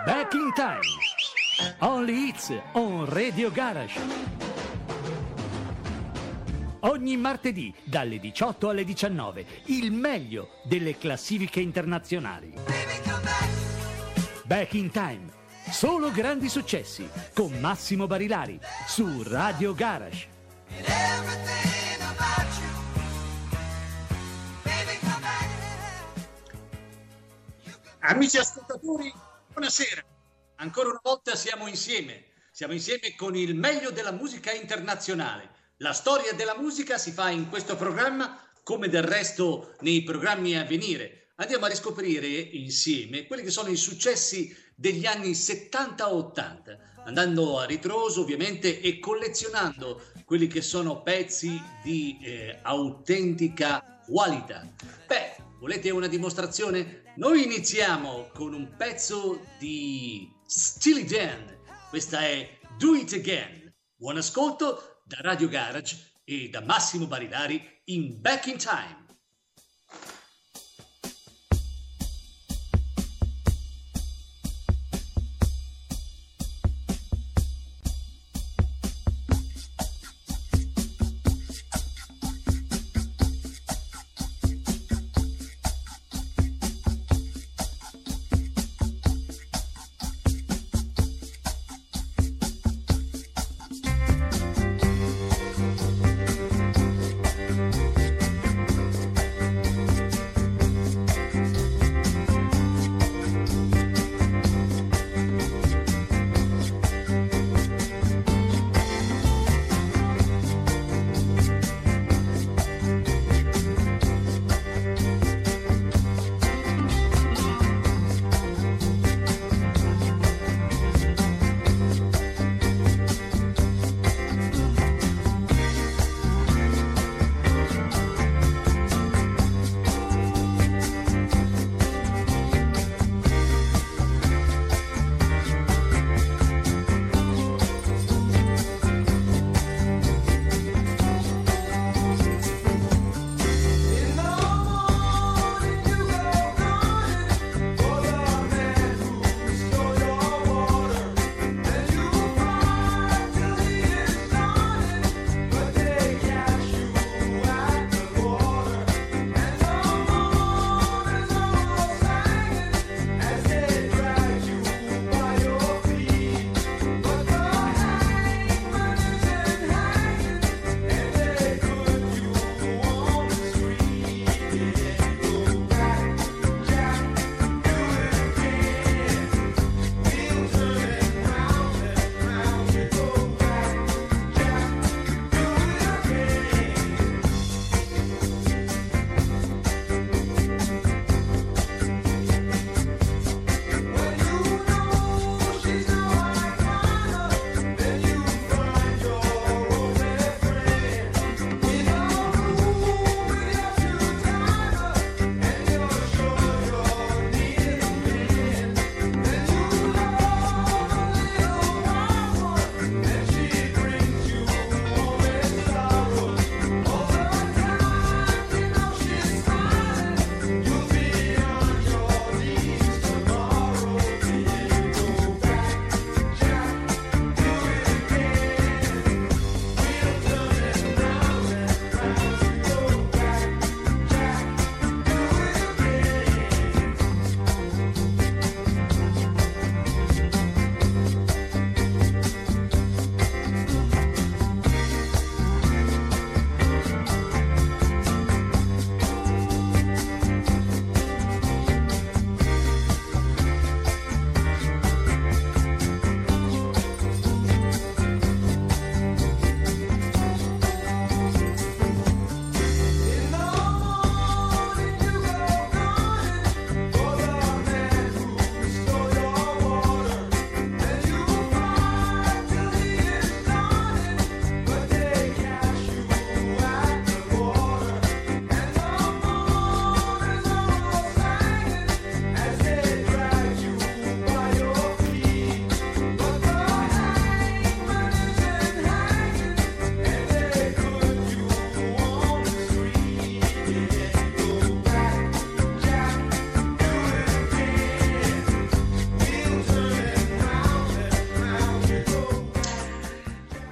Back in Time. Only hits on Radio Garage. Ogni martedì dalle 18 alle 19 il meglio delle classifiche internazionali. Back in Time. Solo grandi successi con Massimo Barilari su Radio Garage. Amici ascoltatori, buonasera. Ancora una volta siamo insieme con il meglio della musica internazionale. La storia della musica si fa in questo programma come del resto nei programmi a venire. Andiamo a riscoprire insieme quelli che sono i successi degli anni 70-80, andando a ritroso ovviamente e collezionando quelli che sono pezzi di autentica qualità. Beh, volete una dimostrazione? Noi iniziamo con un pezzo di Steely Dan. Questa è Do It Again. Buon ascolto da Radio Garage e da Massimo Barilari in Back in Time.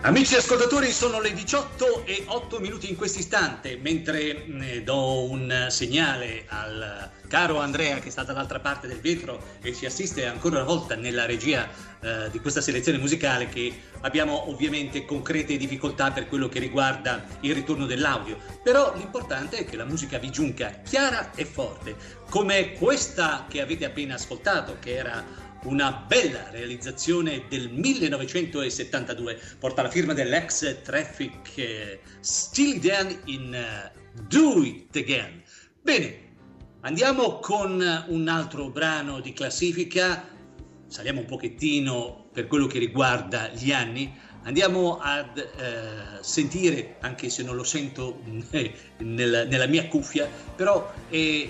Amici ascoltatori, sono le 18:08 in questo istante, mentre do un segnale al caro Andrea che sta dall'altra parte del vetro e ci assiste ancora una volta nella regia di questa selezione musicale, che abbiamo ovviamente concrete difficoltà per quello che riguarda il ritorno dell'audio, però l'importante è che la musica vi giunga chiara e forte, come questa che avete appena ascoltato, che era una bella realizzazione del 1972, porta la firma dell'ex Traffic, Steely Dan in Do It Again. Bene, andiamo con un altro brano di classifica, saliamo un pochettino per quello che riguarda gli anni, andiamo ad sentire, anche se non lo sento nella mia cuffia, però è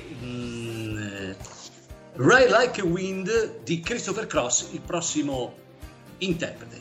Ride Like a Wind di Christopher Cross, il prossimo interprete.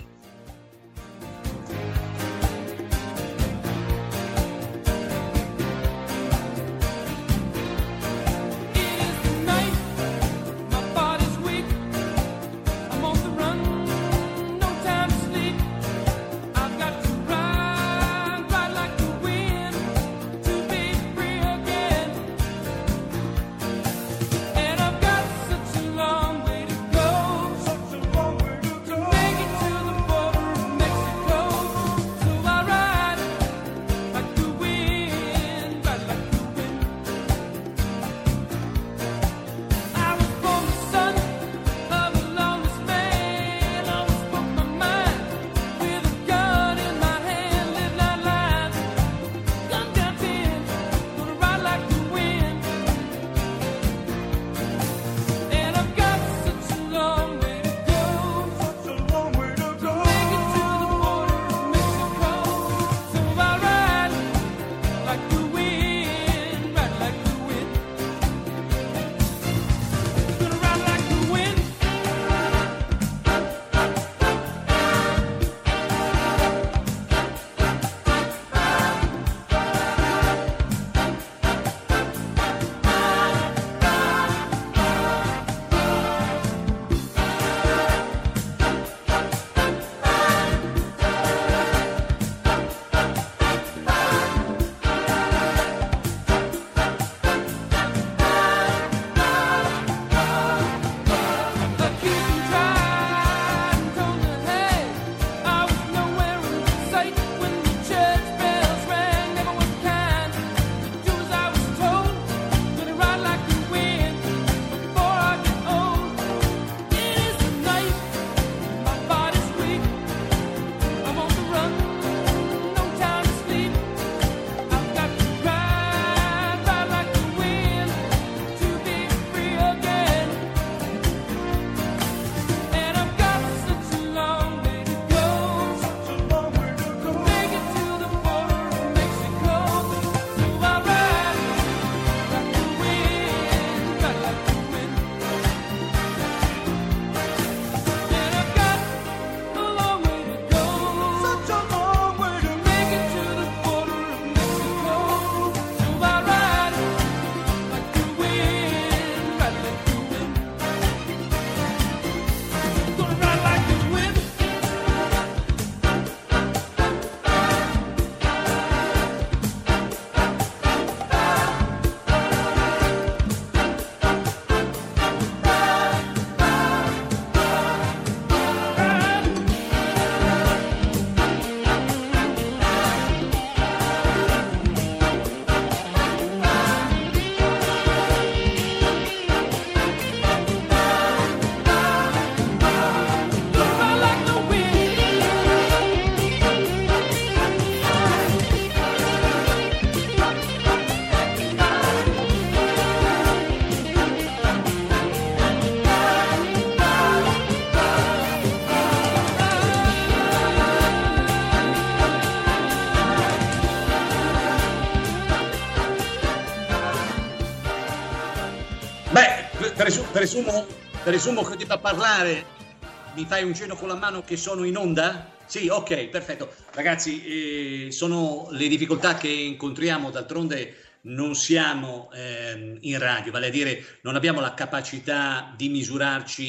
Presumo che debba parlare. Mi fai un cenno con la mano che sono in onda? Sì, ok, perfetto. Ragazzi, sono le difficoltà che incontriamo, d'altronde non siamo in radio, vale a dire non abbiamo la capacità di misurarci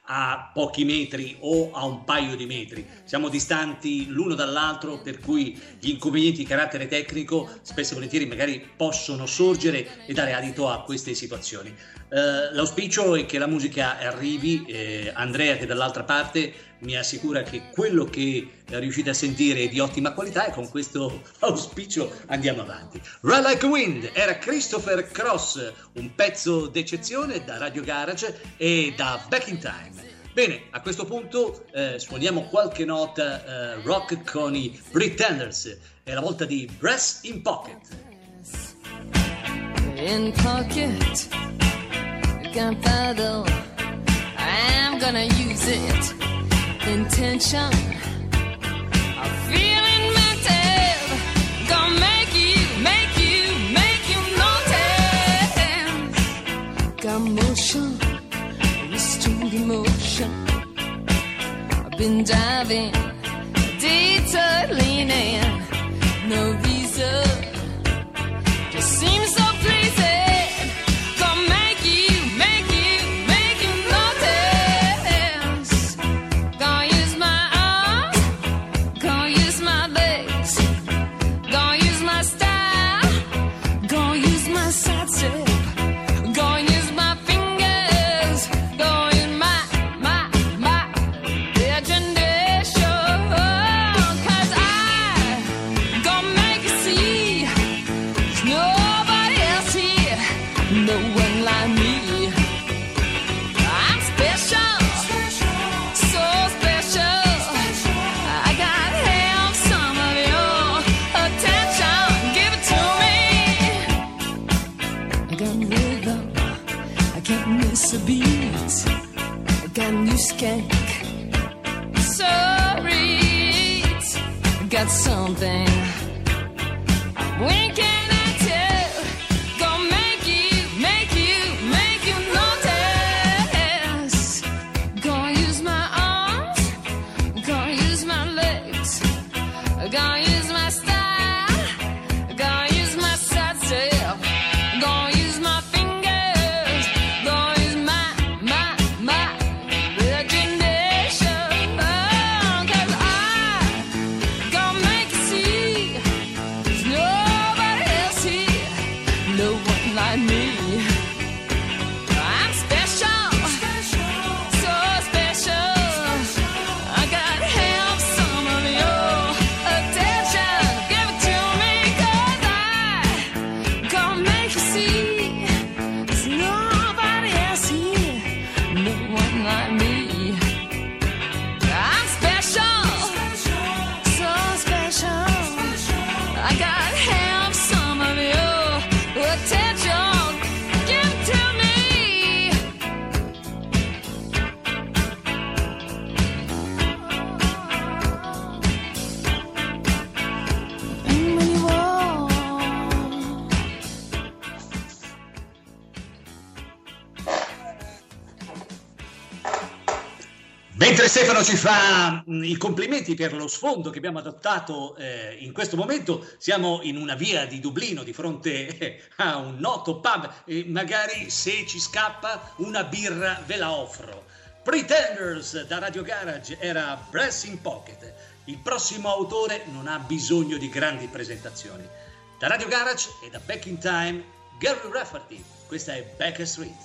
a pochi metri o a un paio di metri, siamo distanti l'uno dall'altro, per cui gli inconvenienti di carattere tecnico spesso e volentieri magari possono sorgere e dare adito a queste situazioni. L'auspicio è che la musica arrivi. Andrea, che dall'altra parte mi assicura che quello che riuscite a sentire è di ottima qualità, e con questo auspicio andiamo avanti. Run Like a Wind era Christopher Cross, un pezzo d'eccezione da Radio Garage e da Back in Time. Bene, a questo punto suoniamo qualche nota rock con i Pretenders. È la volta di Brass in Pocket. In pocket, gunpowder, I'm gonna use it. Intention of feeling mental, gonna make you notice. Got motion, restrained emotion. I've been diving, detour leaning, no reason, just seems so pleasing. Skank, sorry, got something I'm winking at you, gonna make you notice. Gonna use my arms, gonna use my legs, gonna use my style, gonna use my side self, gonna use my fingers, gonna use my Mentre Stefano ci fa i complimenti per lo sfondo che abbiamo adottato in questo momento, siamo in una via di Dublino di fronte a un noto pub e magari se ci scappa una birra ve la offro. Pretenders da Radio Garage era Brass in Pocket. Il prossimo autore non ha bisogno di grandi presentazioni. Da Radio Garage e da Back in Time, Gary Rafferty. Questa è Baker Street.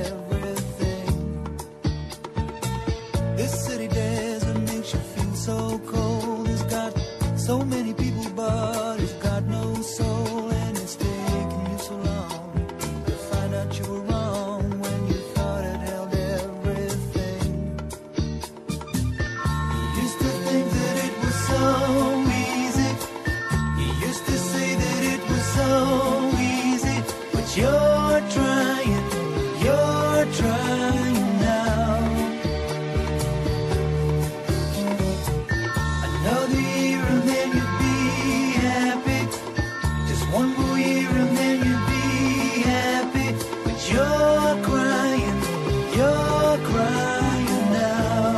So trying now. Another year and then you'd be happy. Just one more year and then you'd be happy. But you're crying now.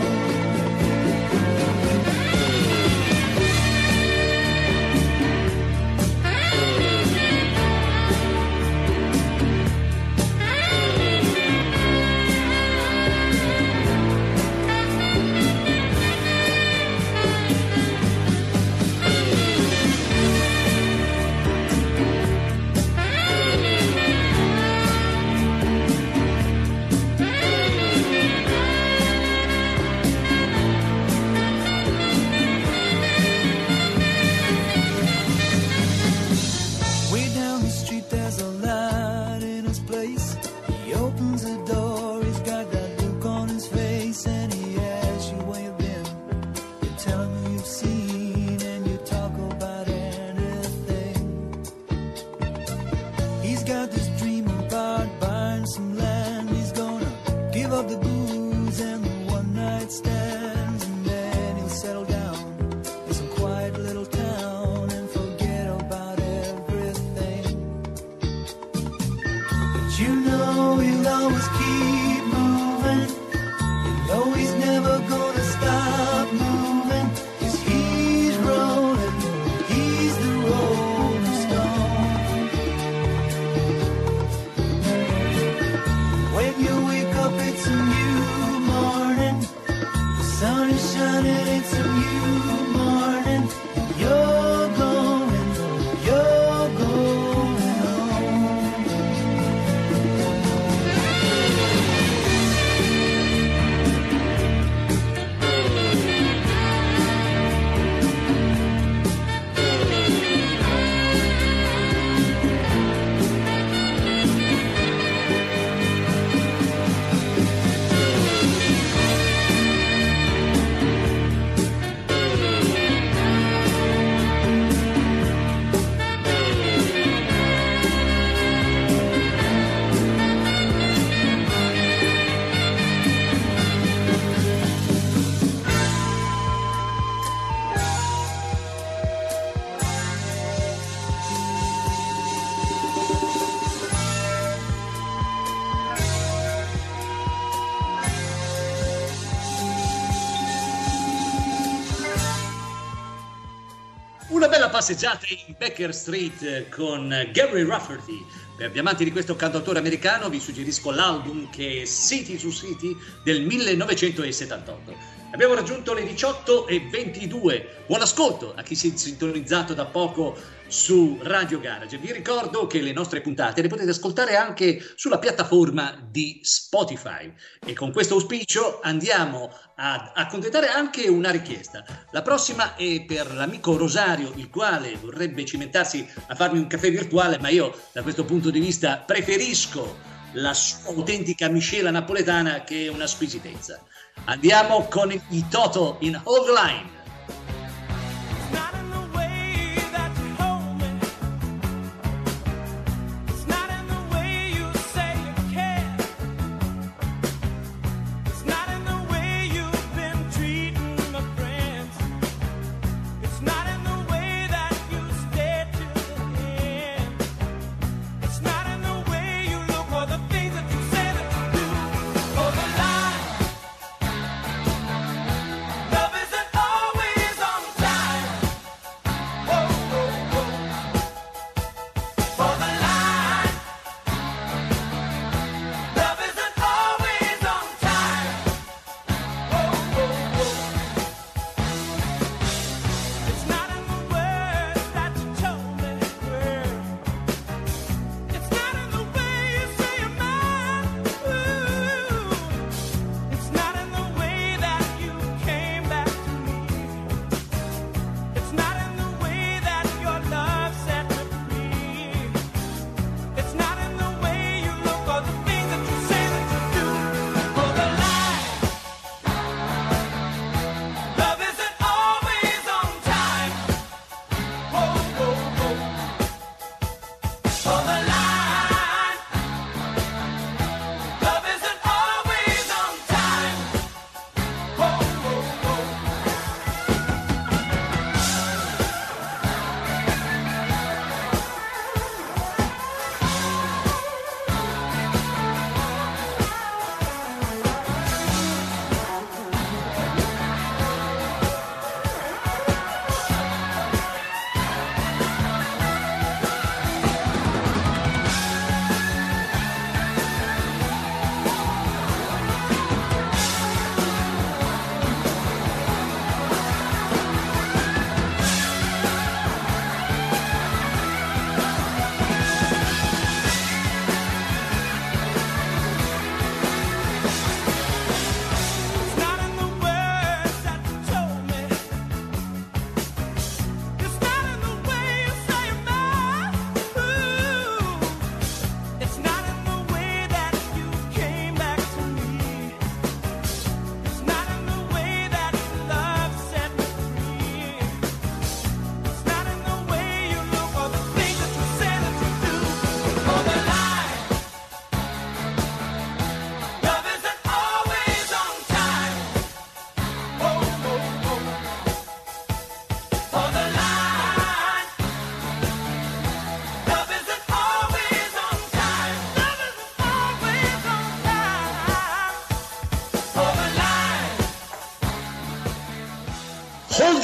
Way down the street there's a light in his place. He opens the door, he's got that look on his face, and he asks you where you've been. You tell him who you've seen, and you talk about anything. He's got this dream about buying some land. He's gonna give up the booze and the one night stands, and then he'll settle down in some quiet little town and forget about everything. But you know he'll always keep moving. You know he's never gonna stop moving. 'Cause he's rolling, he's the rolling stone. When you wake up it's a new morning. The sun is shining, it's a new morning. You're going home. Una bella passeggiata in Baker Street con Gary Rafferty. Per gli amanti di questo cantautore americano vi suggerisco l'album che è City to City del 1978. Abbiamo raggiunto le 18:22. Buon ascolto a chi si è sintonizzato da poco su Radio Garage. Vi ricordo che le nostre puntate le potete ascoltare anche sulla piattaforma di Spotify. E con questo auspicio andiamo ad accontentare anche una richiesta. La prossima è per l'amico Rosario, il quale vorrebbe cimentarsi a farmi un caffè virtuale, ma io da questo punto di vista preferisco la sua autentica miscela napoletana, che è una squisitezza. Andiamo con i Toto in Hold the Line. Love isn't always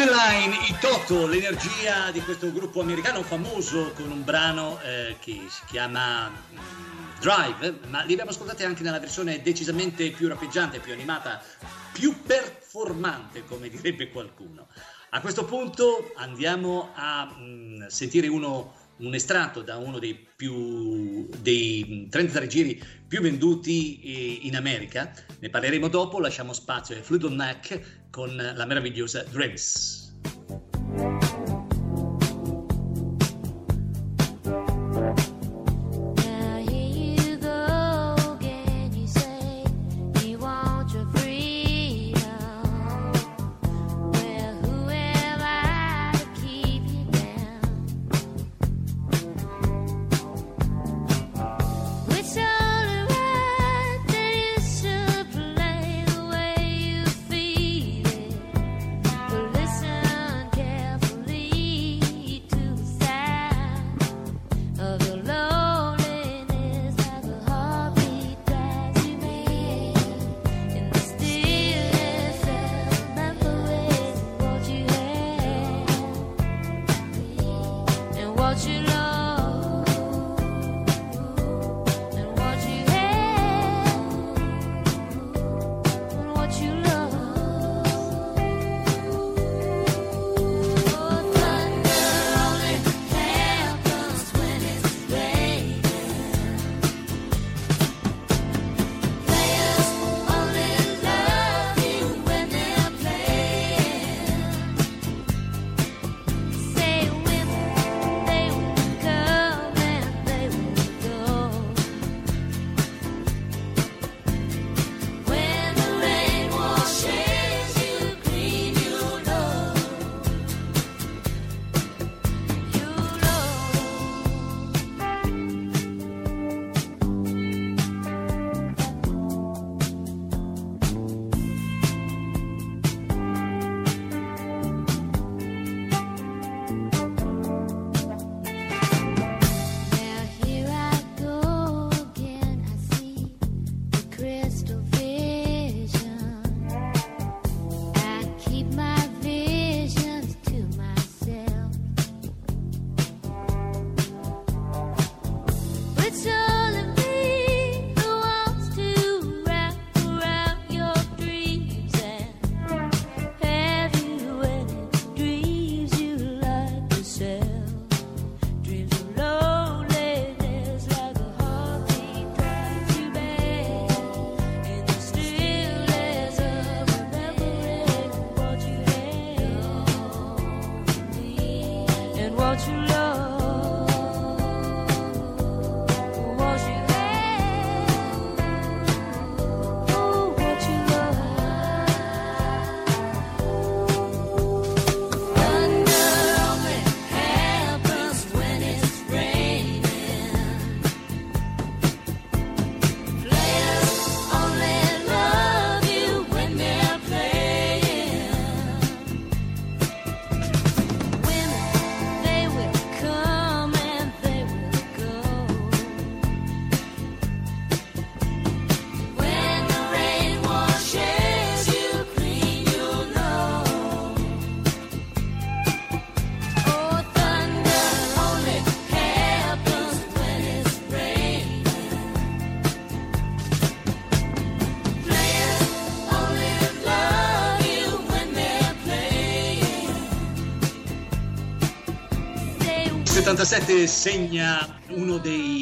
Borderline, i Toto, l'energia di questo gruppo americano famoso con un brano che si chiama Drive, ma li abbiamo ascoltati anche nella versione decisamente più rapeggiante, più animata, più performante, come direbbe qualcuno. A questo punto andiamo a sentire un estratto da uno dei 33 giri più venduti in America. Ne parleremo dopo, lasciamo spazio ai Fleetwood Mac con la meravigliosa Dreams. Il 77 segna uno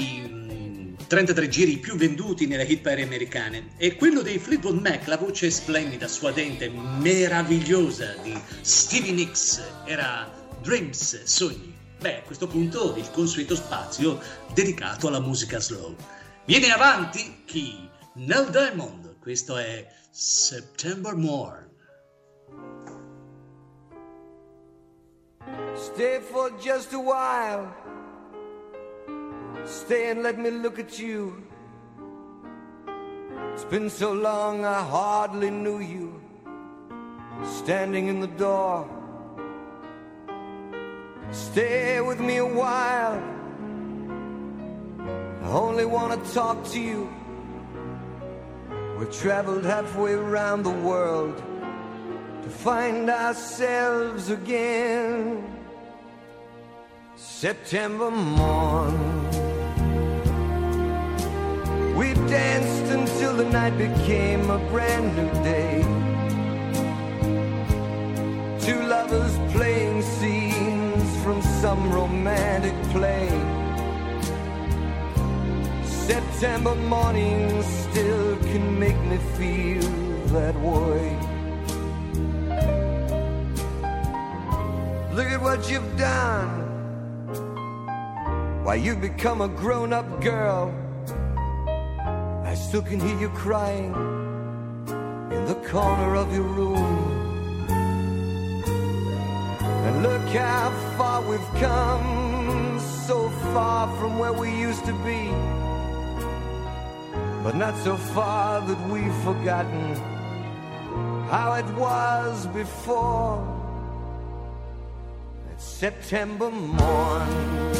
dei 33 giri più venduti nelle hit parade americane, e quello dei Fleetwood Mac, la voce splendida, suadente, meravigliosa di Stevie Nicks era Dreams, sogni. Beh, a questo punto il consueto spazio dedicato alla musica slow. Viene avanti chi? Neil Diamond, questo è September Morn. Stay for just a while. Stay and let me look at you. It's been so long I hardly knew you. Standing in the door. Stay with me a while. I only want to talk to you. We traveled halfway around the world. to find ourselves again. September morn, we danced until the night became a brand new day. Two lovers playing scenes from some romantic play. September morning still can make me feel that way. Look at what you've done. Why, you've become a grown-up girl. I still can hear you crying in the corner of your room. And look how far we've come, so far from where we used to be, but not so far that we've forgotten how it was before. That September morn,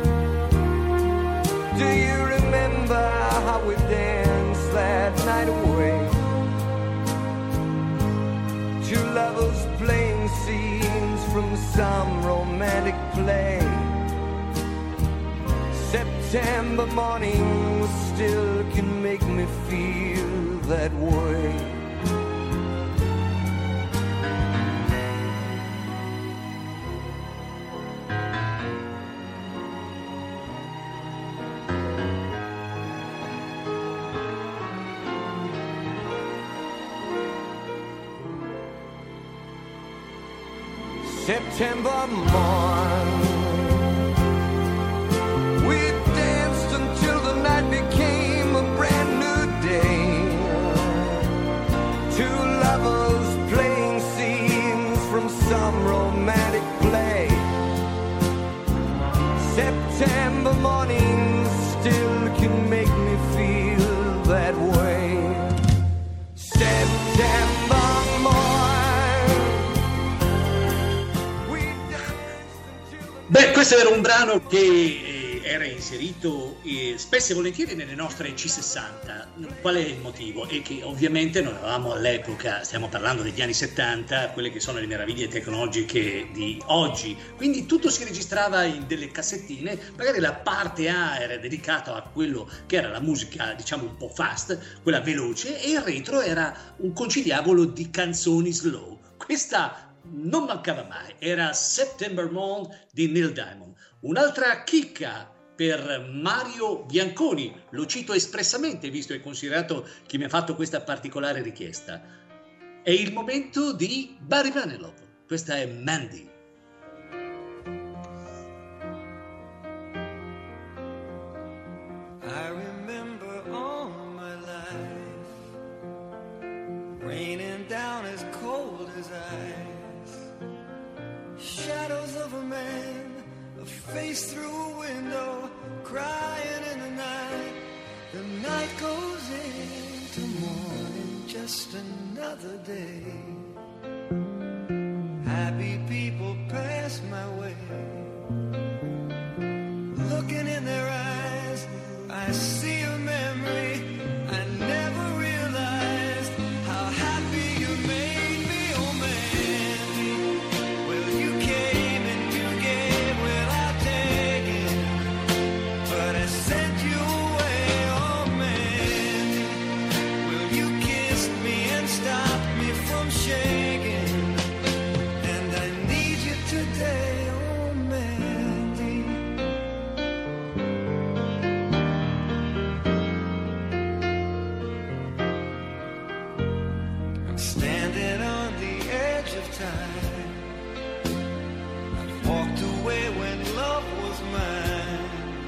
do you remember how we danced that night away? Two lovers playing scenes from some romantic play. September morning still can make me feel that way. September morn, we danced until the night became a brand new day. Two lovers playing scenes from some romantic play. September morning still can make me feel that way. September morn. Beh, questo era un brano che era inserito spesso e volentieri nelle nostre C60. Qual è il motivo? È che ovviamente non avevamo all'epoca, stiamo parlando degli anni 70, quelle che sono le meraviglie tecnologiche di oggi, quindi tutto si registrava in delle cassettine, magari la parte A era dedicata a quello che era la musica, diciamo un po' fast, quella veloce, e il retro era un conciliabolo di canzoni slow. Questa non mancava mai, era September Morn di Neil Diamond. Un'altra chicca per Mario Bianconi, lo cito espressamente visto e considerato chi mi ha fatto questa particolare richiesta. È il momento di Barry Manilow, questa è Mandy. I remember all my life raining down as cold as ice. Shadows of a man, a face through a window, crying in the night. The night goes into morning, just another day. Happy people pass my way. Looking in their eyes, I see a memory. I never realized how happy you made me, oh Mandy. Well, you came and you gave without taking, but I sent you away, oh Mandy. Well, you kissed me and stopped me from shaking, and I need you today, oh Mandy. I'm standing on the edge of time. I've walked away when love was mine.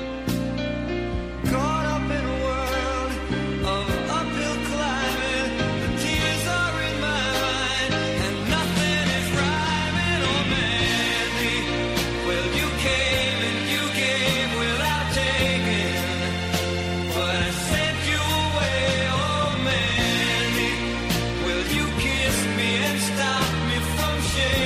Caught up in a world of uphill climbing. The tears are in my mind and nothing is rhyming, oh Mandy. Well, you came and you gave without taking, but I sent you away, oh Mandy. Well, you kissed me and stopped me from shaking.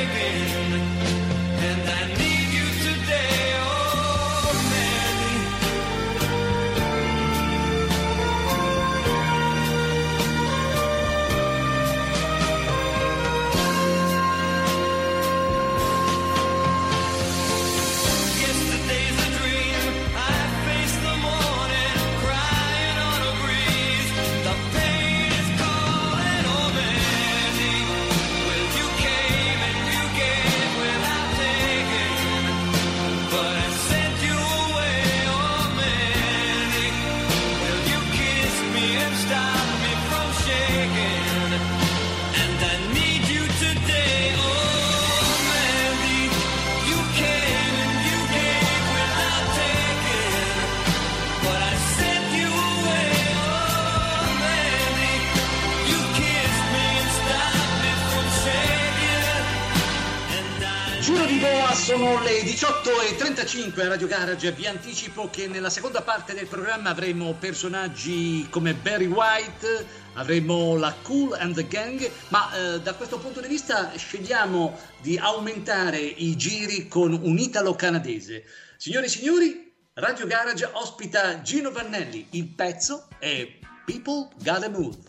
Filo di boa, sono le 18:35 a Radio Garage. Vi anticipo che nella seconda parte del programma avremo personaggi come Barry White, avremo la Kool and the Gang, ma da questo punto di vista scegliamo di aumentare i giri con un italo-canadese. Signore e signori, Radio Garage ospita Gino Vannelli. Il pezzo è People Gotta Move.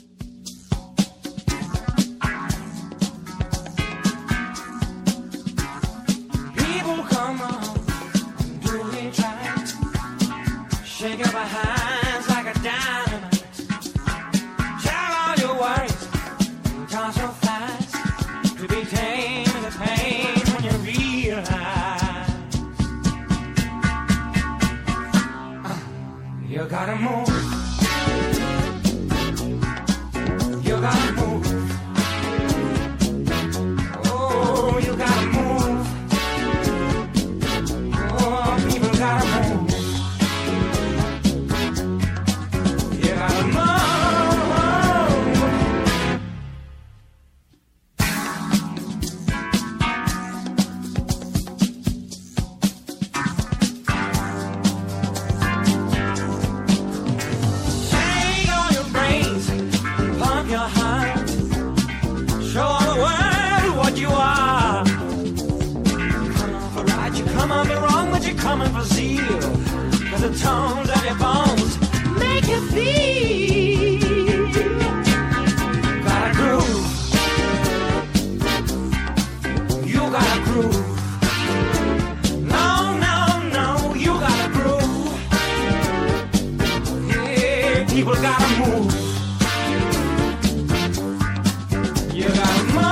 Shake up our hands like a dynamite. Tell all your worries, gone so fast. To be tame in the pain when you realize you gotta move. You gotta move. Oh, you gotta move. Oh, people gotta move. Coming for zeal, cause the tones of your bones make you feel. Gotta groove. You gotta groove. No, no, no, you gotta groove. Yeah, people gotta move. You gotta move.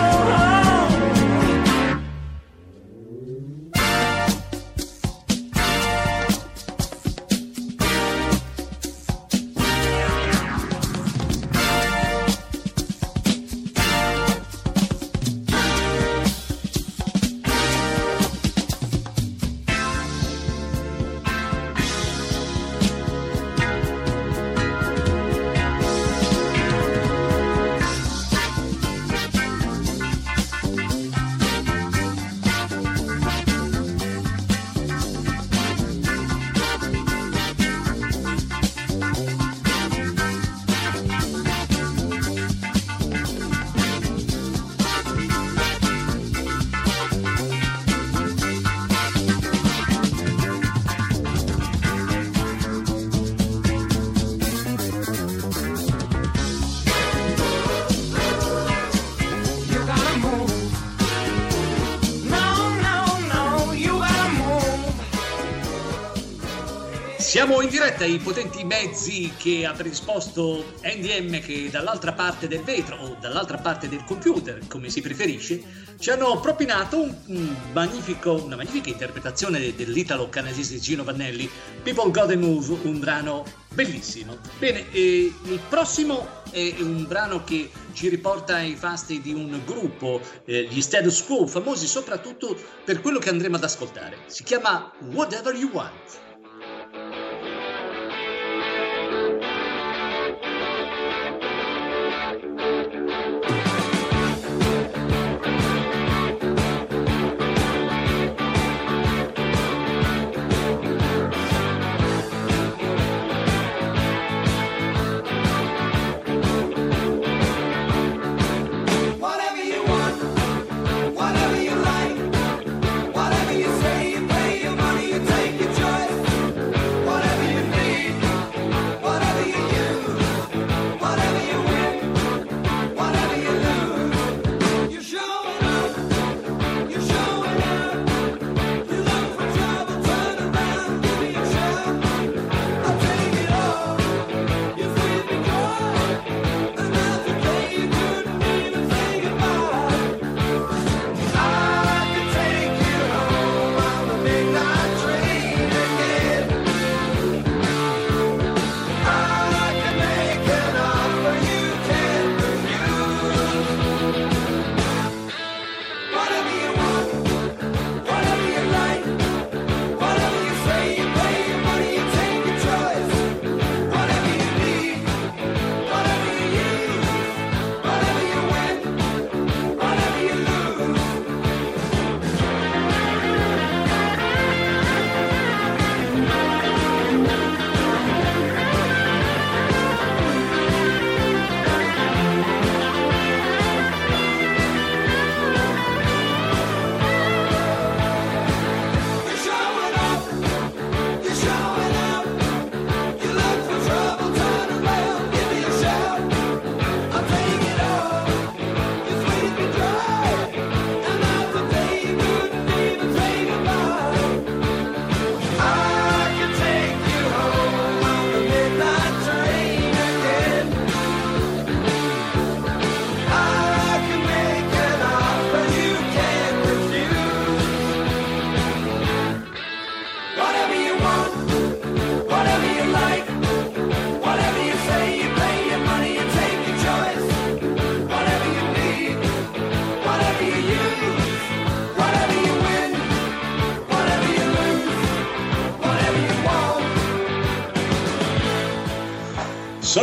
Siamo in diretta ai potenti mezzi che ha predisposto NDM, che dall'altra parte del vetro o dall'altra parte del computer, come si preferisce, ci hanno propinato una magnifica interpretazione dell'italo-canadese Gino Vannelli, People Gotta Move, un brano bellissimo. Bene, il prossimo è un brano che ci riporta ai fasti di un gruppo, gli Status Quo, famosi soprattutto per quello che andremo ad ascoltare. Si chiama Whatever You Want. Whatever you like, whatever you say, you pay your money, you take your choice.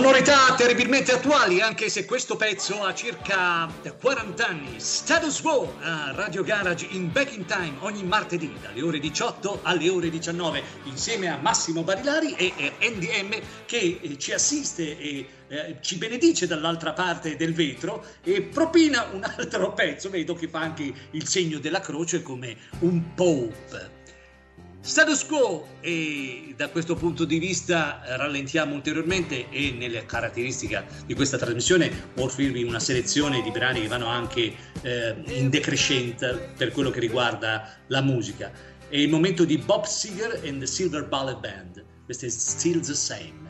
Sonorità terribilmente attuali, anche se questo pezzo ha circa 40 anni. Status Quo a Radio Garage in Back in Time ogni martedì dalle ore 18 alle ore 19 insieme a Massimo Barilari e NDM che ci assiste e ci benedice dall'altra parte del vetro e propina un altro pezzo. Vedo che fa anche il segno della croce come un pope. Status Quo, e da questo punto di vista rallentiamo ulteriormente, e nella caratteristica di questa trasmissione offrirvi una selezione di brani che vanno anche in decrescente per quello che riguarda la musica. È il momento di Bob Seger and the Silver Bullet Band. Questo è Still the Same.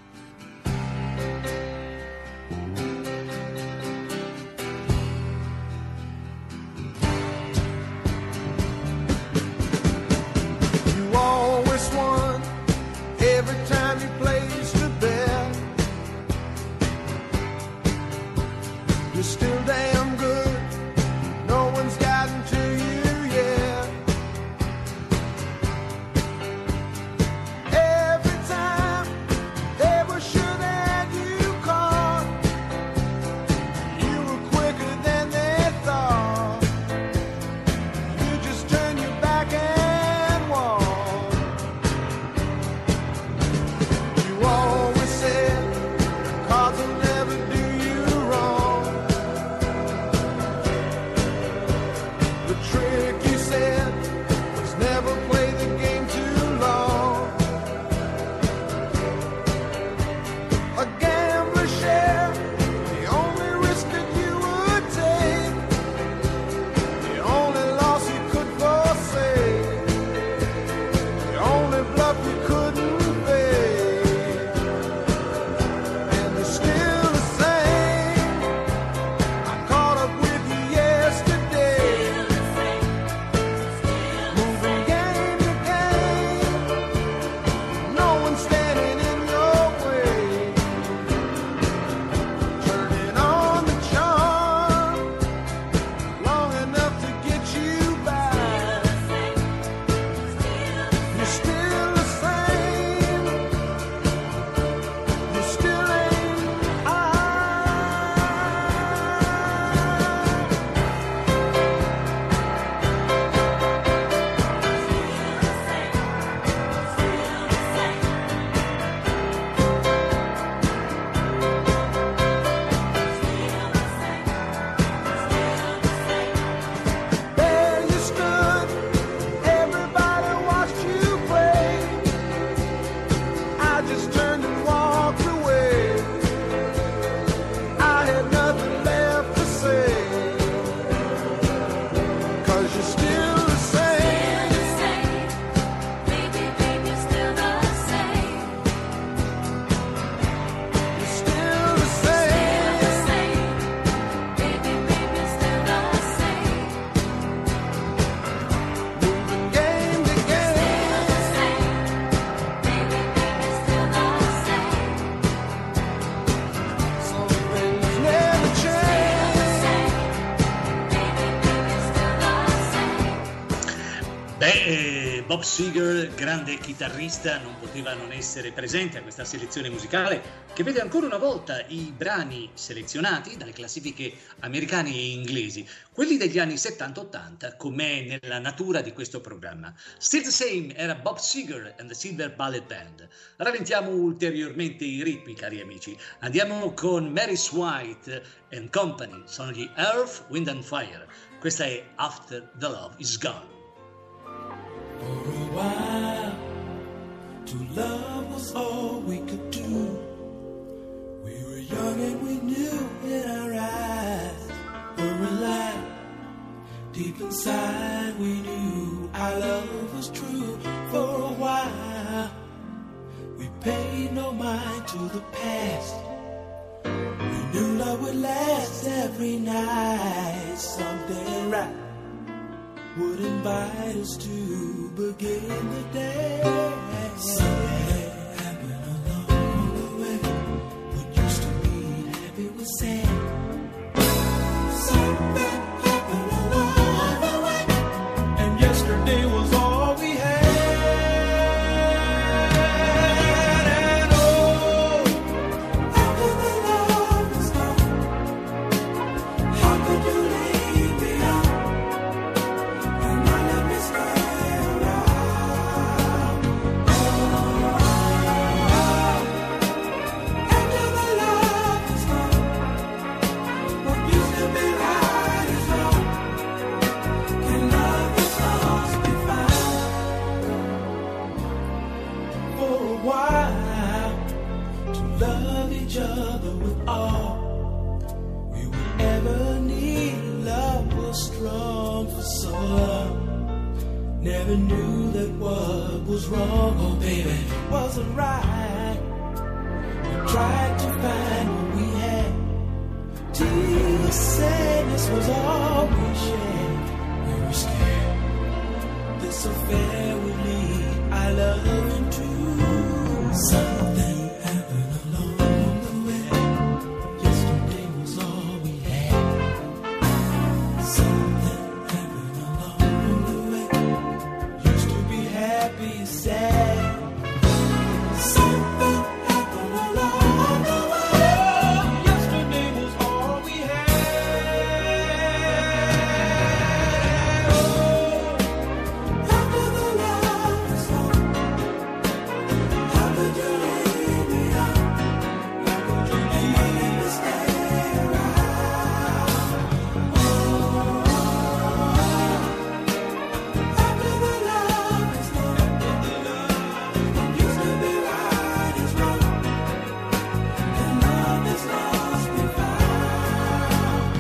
Every time you place the bet, you're still damn good. No one's gotten to you yet. Every time they were sure that you caught, you were quicker than they thought. You just turn your back and walk. Always said, cards will never do you wrong. The trick you said was never play the game too long. A gambler's share, the only risk that you would take, the only loss you could forsake, the only bluff you couldn't fake. Bob Seger, grande chitarrista, non poteva non essere presente a questa selezione musicale che vede ancora una volta i brani selezionati dalle classifiche americane e inglesi, quelli degli anni 70-80, com'è nella natura di questo programma. Still the Same era Bob Seger and the Silver Bullet Band. Rallentiamo ulteriormente i ritmi, cari amici. Andiamo con Mary's White and Company, sono gli Earth, Wind and Fire. Questa è After the Love is Gone. For a while, to love was all we could do. We were young and we knew in our eyes were alive. Deep inside we knew our love was true. For a while, we paid no mind to the past. We knew love would last every night. Something right would invite us to begin the day. Something happened along the way. What used to be happy was sad. Something happened along the way, and yesterday was all we had. And oh, never knew that what was wrong, oh baby, wasn't right. We tried to find what we had, till the sadness was all we shared. We were scared this affair would lead our love into something happened along the way. Yesterday was all we had. Something happened along the way. Used to be happy, sad. Something happened along the way. Yesterday was all we had. After the love is gone, how could you leave me out? How could you leave me stay around? After the love is gone, what used to be right is wrong, and love is lost and found.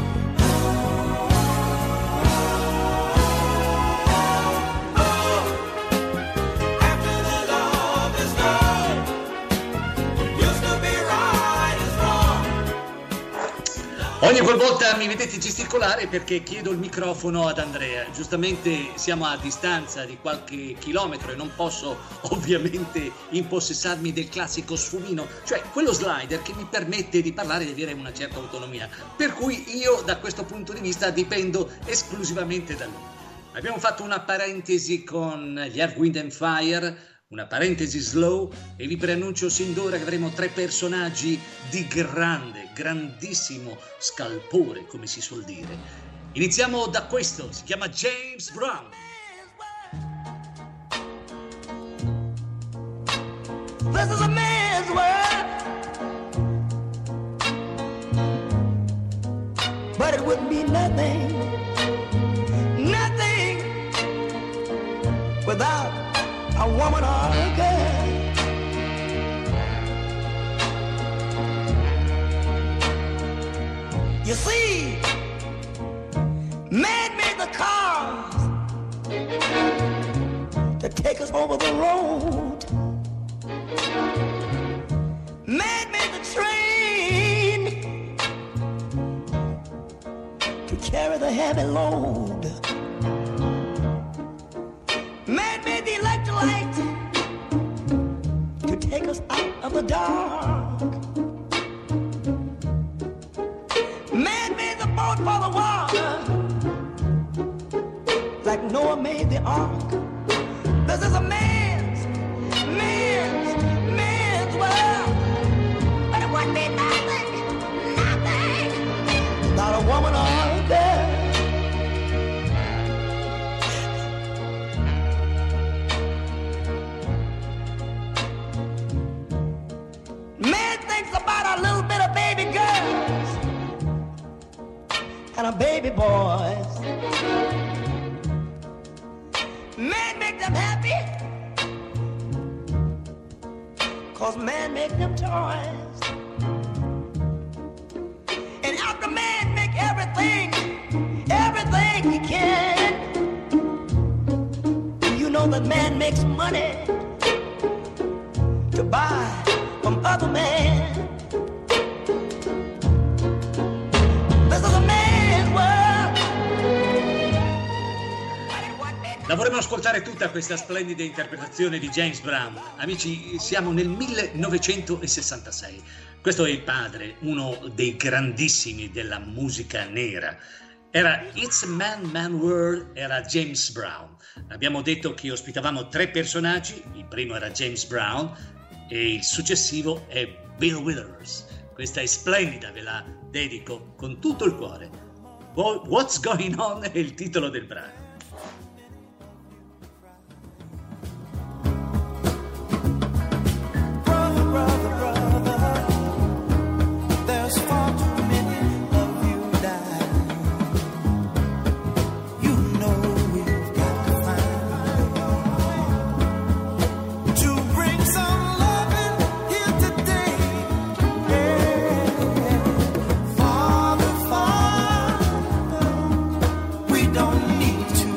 After the love is gone, what used to be right is wrong. Ogni qualvolta mi vedete gesticolare perché chiedo il microfono ad Andrea. Giustamente siamo a distanza di qualche chilometro e non posso ovviamente impossessarmi del classico sfumino, cioè quello slider che mi permette di parlare e di avere una certa autonomia. Per cui io da questo punto di vista dipendo esclusivamente da lui. Abbiamo fatto una parentesi con gli Earth, Wind and Fire, una parentesi slow, e vi preannuncio sin d'ora che avremo 3 personaggi di grandissimo scalpore, come si suol dire. Iniziamo da questo, si chiama James Brown. This is a man's world, but it wouldn't be nothing without a woman or a girl. You see, man made the cars to take us over the road. Man made the train to carry the heavy load. Man made the electric light to take us out of the dark. Man made the boat for the water, like Noah made the ark. This is a man's world, but it wouldn't be nothing without a woman or a girl. Man thinks about a little bit of baby girls and a baby boys. Man make them happy, 'cause man make them toys. And after man make everything he can, you know that man makes money to buy from other men. This is a man's world. La vorremmo ascoltare tutta questa splendida interpretazione di James Brown. Amici, siamo nel 1966. Questo è il padre, uno dei grandissimi della musica nera. Era It's a Man World, era James Brown. Abbiamo detto che ospitavamo 3 personaggi, il primo era James Brown e il successivo è Bill Withers. Questa è splendida, ve la dedico con tutto il cuore. What's Going On è il titolo del brano. There's far too many of you dying. You know we've got to find to bring some loving here today. Father, we don't need to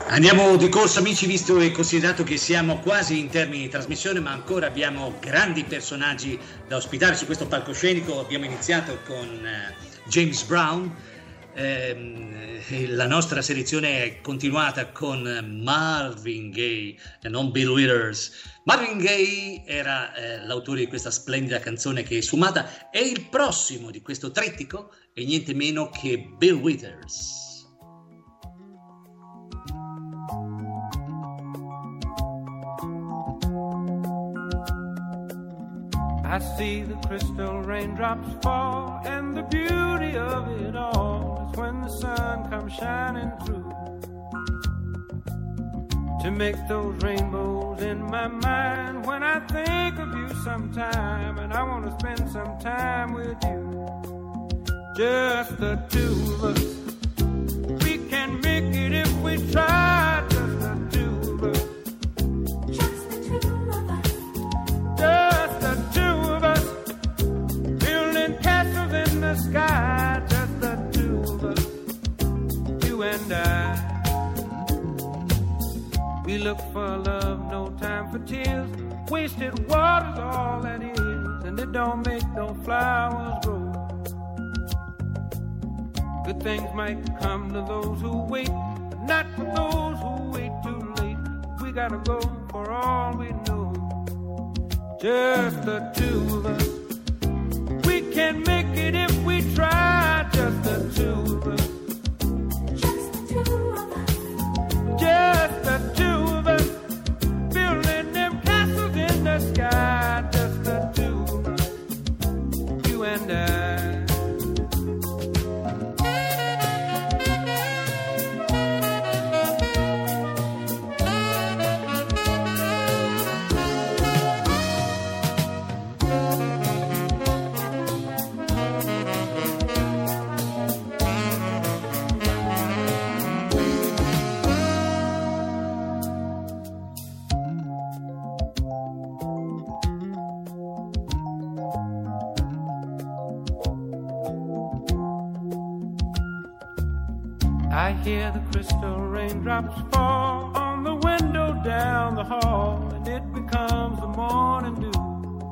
Andiamo di corsa, amici, visto e considerato che siamo quasi in termini di trasmissione, ma ancora abbiamo grandi personaggi da ospitare su questo palcoscenico. Abbiamo iniziato con James Brown, la nostra selezione è continuata con Marvin Gaye e non Bill Withers. Marvin Gaye era l'autore di questa splendida canzone che è sfumata, e il prossimo di questo trittico è niente meno che Bill Withers. I see the crystal raindrops fall, and the beauty of it all is when the sun comes shining through to make those rainbows in my mind. When I think of you sometime, and I want to spend some time with you, just the two of us. We can make it if we try, just the two of us. Just the two of us. Just the two of us. Building castles in the sky, just the two of us. You and I. We look for love, no time for tears. Wasted water's all that is, and it don't make no flowers grow. Good things might come to those who wait, but not for those who wait too late. We gotta go for all we know. Just the two of us. We can make it if we try. Just the two of us. Just the two of us. Just the two of us. Building them castles in the sky. Just the two of us. You and I. I hear the crystal raindrops fall on the window down the hall, and it becomes the morning dew.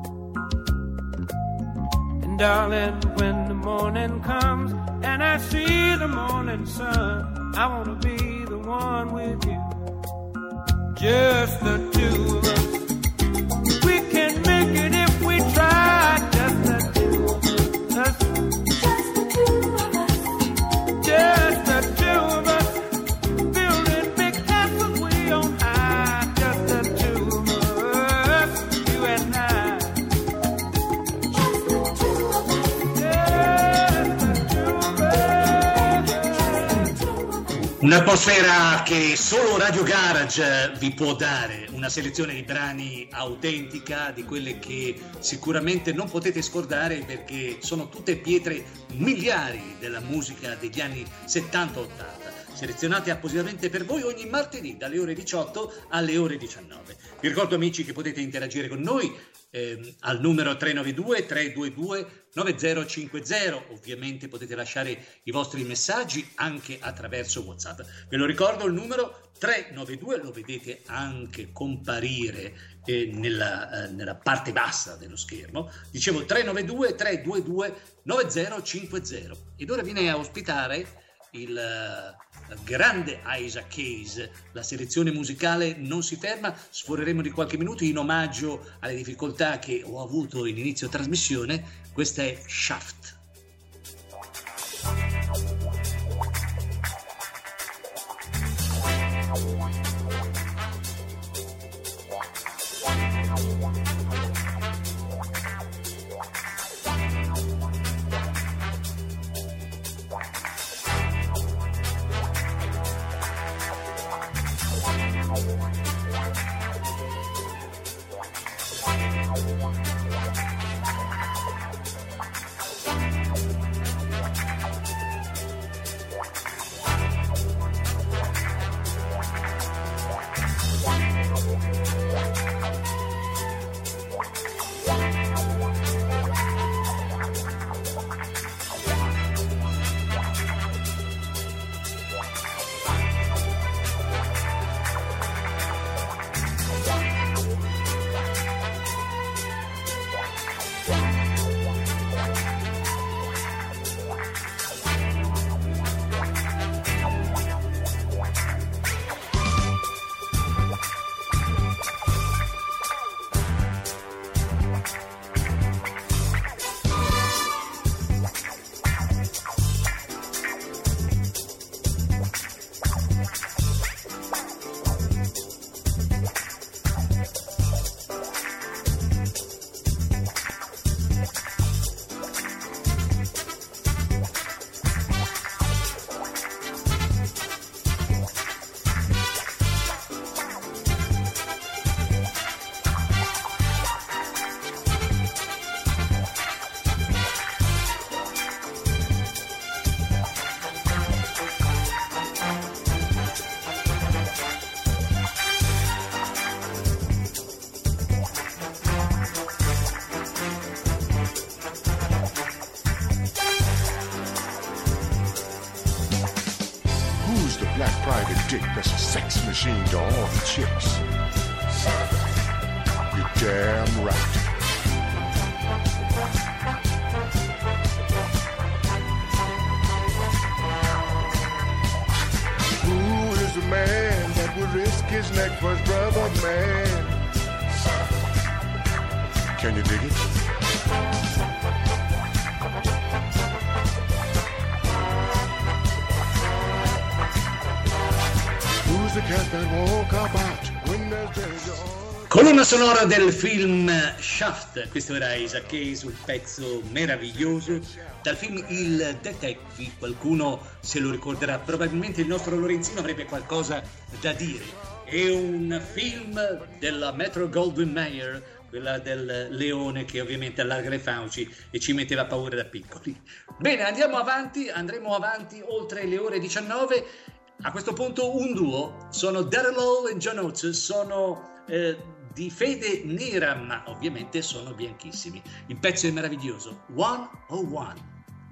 And darling, when the morning comes and I see the morning sun, I want to be the one with you. Just the two of us. We can make it if we try. Just the two of us. Just the two of us. Just the two of us. Building big castles way on high. Just the two of us. You and I. Just the two of us. Just the two of us. Un'atmosfera che solo Radio Garage vi può dare, una selezione di brani autentica, di quelle che sicuramente non potete scordare, perché sono tutte pietre miliari della musica degli anni 70-80, selezionate appositamente per voi ogni martedì dalle ore 18 alle ore 19. Vi ricordo, amici, che potete interagire con noi al numero 392 322 9050. Ovviamente potete lasciare i vostri messaggi anche attraverso WhatsApp. Ve lo ricordo, il numero 392, lo vedete anche comparire nella parte bassa dello schermo. Dicevo 392 322 9050. Ed ora viene a ospitare il grande Isaac Hayes. La selezione musicale non si ferma, sforeremo di qualche minuto in omaggio alle difficoltà che ho avuto in inizio trasmissione. Questa è Shaft. black private dick that's a sex machine to all the chicks. You're damn right. Who is the man that would risk his neck for his brother, man? Can you dig it? Who's the cat that won't come out when there's danger on? Colonna sonora del film Shaft, questo era Isaac Hayes, un pezzo meraviglioso dal film Il Detective. Qualcuno se lo ricorderà, probabilmente il nostro Lorenzino avrebbe qualcosa da dire. È un film della Metro-Goldwyn-Mayer, quella del leone che ovviamente allarga le fauci e ci metteva paura da piccoli. Bene, andremo avanti oltre le ore 19. A questo punto un duo, sono Daryl Hall e John Oates, sono di fede nera, ma ovviamente sono bianchissimi. Il pezzo è meraviglioso, 101.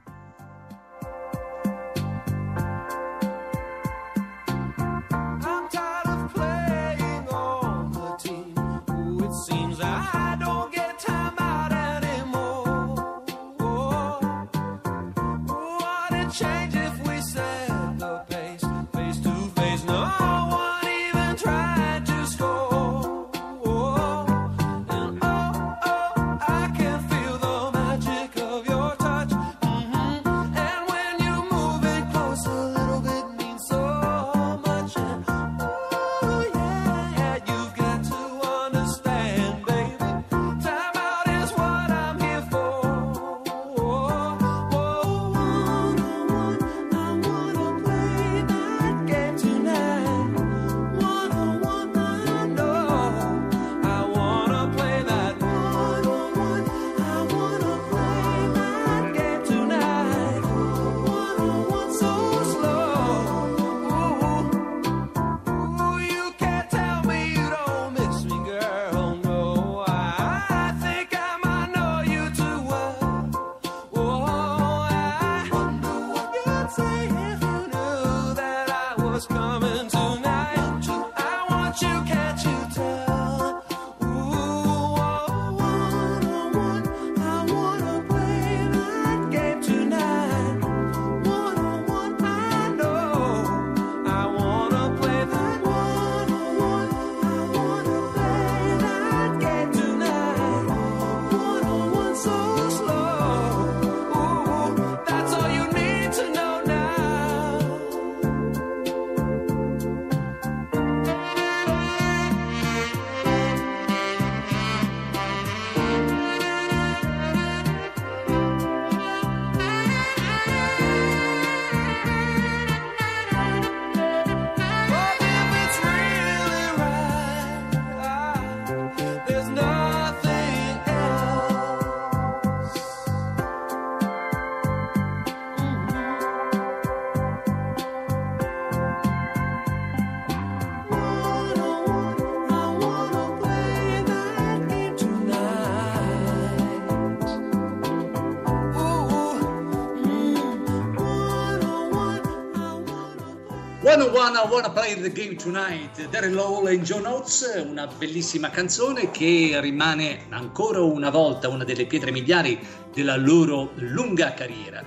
I Wanna Play the Game Tonight, Daryl Hall e John Oates, una bellissima canzone che rimane ancora una volta una delle pietre miliari della loro lunga carriera.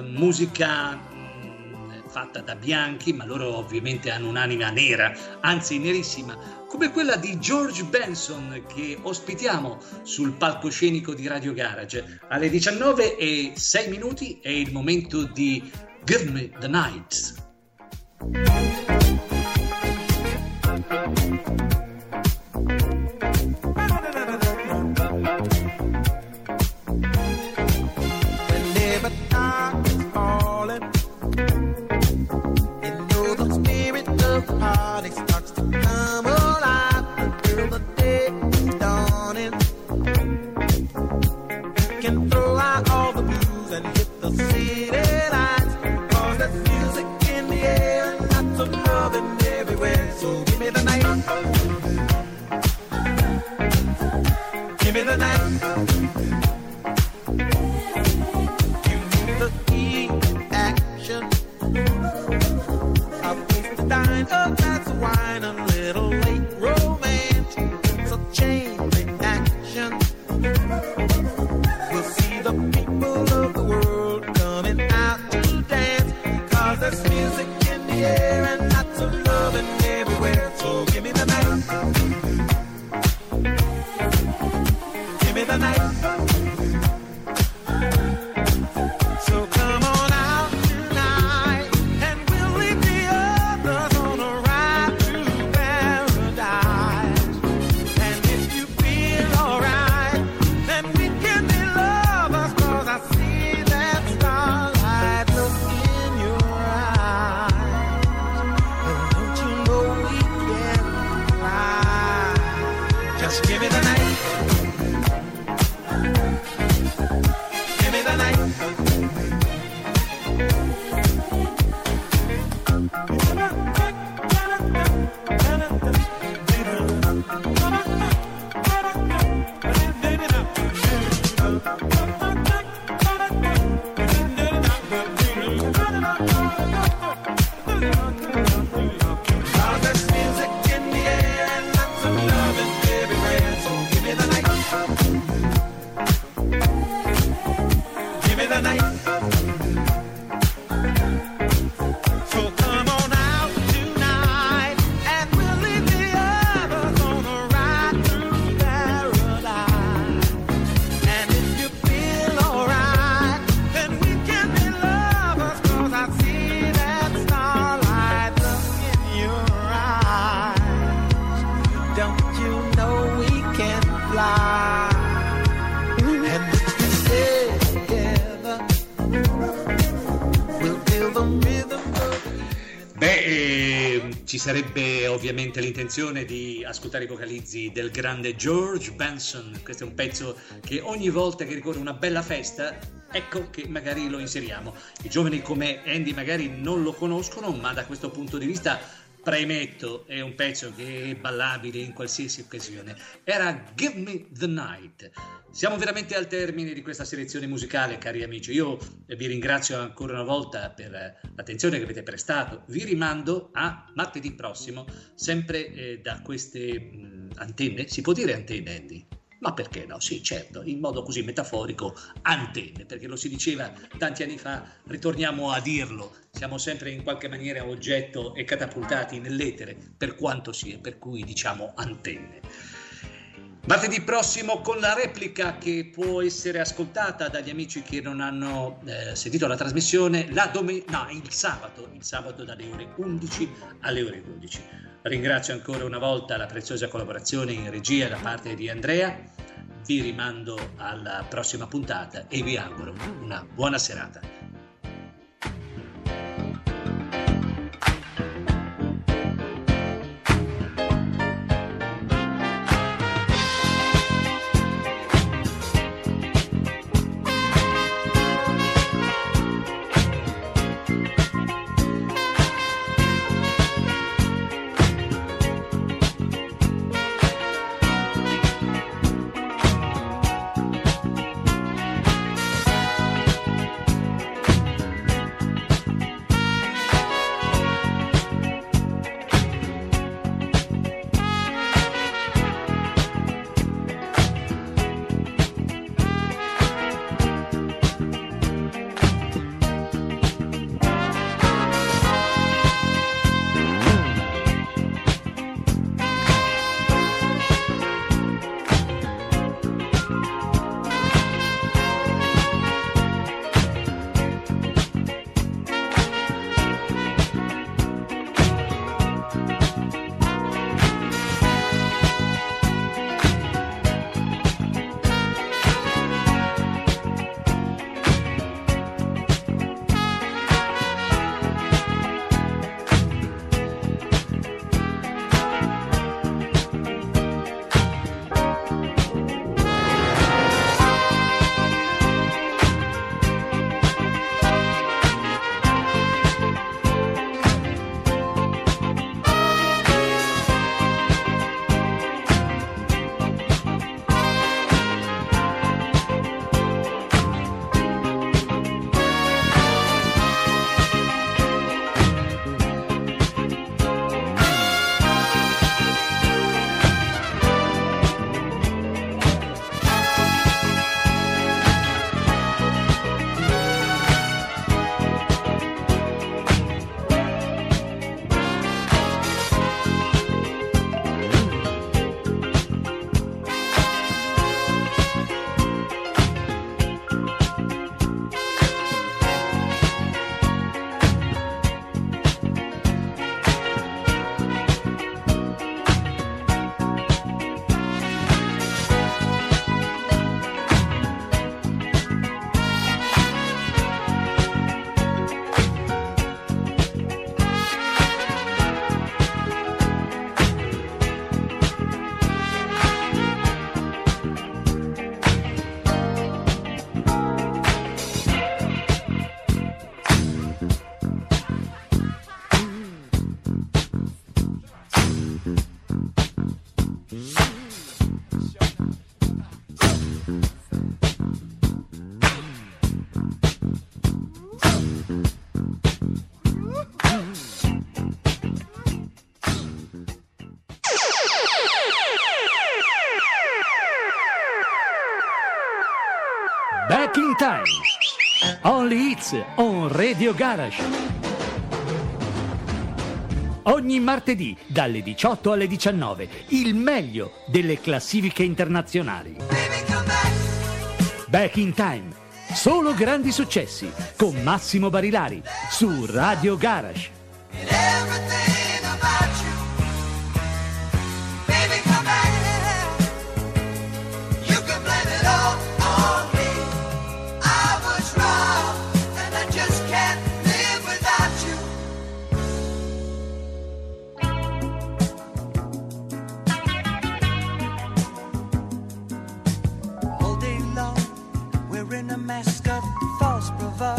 Musica fatta da bianchi, ma loro ovviamente hanno un'anima nera, anzi nerissima, come quella di George Benson che ospitiamo sul palcoscenico di Radio Garage. Alle 19:06 è il momento di Give Me the Night. Whenever dark is falling, you know the spirit of the party starts to come alive until the day is dawning. You can throw out all the blues and hit the city lights, 'cause there's music in the air and lots of loving everywhere. So give me the night. a glass of wine, a little late romance, so chain reaction. We'll see the people of the world coming out to dance, 'cause there's music in the air and lots of loving everywhere. So give me the night, give me the night. So come on out tonight, and we'll leave the others on a ride to paradise. And if you feel alright, then we can be lovers, 'cause I see that starlight look in your eyes. And don't you know we can fly? Just give me the night. Give me the night. Cause there's music in the air and lots of loving everywhere. So give me the night. Give me the night. So come on out tonight, and we'll leave the others on a ride through paradise. And if you feel alright, then we can be lovers, 'cause I see that starlight look in your eyes. Don't you know we can fly? And if we stay together, we'll feel the rhythm of Ci sarebbe ovviamente l'intenzione di ascoltare i vocalizzi del grande George Benson. Questo è un pezzo che ogni volta che ricorre una bella festa, ecco che magari lo inseriamo. I giovani come Andy magari non lo conoscono, ma da questo punto di vista premetto, è un pezzo che è ballabile in qualsiasi occasione. Era Give Me the Night. Siamo veramente al termine di questa selezione musicale, cari amici. Io vi ringrazio ancora una volta per l'attenzione che avete prestato. Vi rimando a martedì prossimo, sempre da queste antenne. Si può dire antenne, Andy? Ma perché no? Sì, certo, in modo così metaforico, antenne, perché lo si diceva tanti anni fa, ritorniamo a dirlo. Siamo sempre in qualche maniera oggetto e catapultati nell'etere, per quanto sia, per cui diciamo antenne. Martedì prossimo con la replica che può essere ascoltata dagli amici che non hanno sentito la trasmissione il sabato dalle ore 11 alle ore 12. Ringrazio ancora una volta la preziosa collaborazione in regia da parte di Andrea. Vi rimando alla prossima puntata e vi auguro una buona serata. Back in Time. Only hits on Radio Garage. Ogni martedì dalle 18 alle 19 il meglio delle classifiche internazionali. Back in Time. Solo grandi successi con Massimo Barilari su Radio Garage. All day long, we're in a mask of false bravado.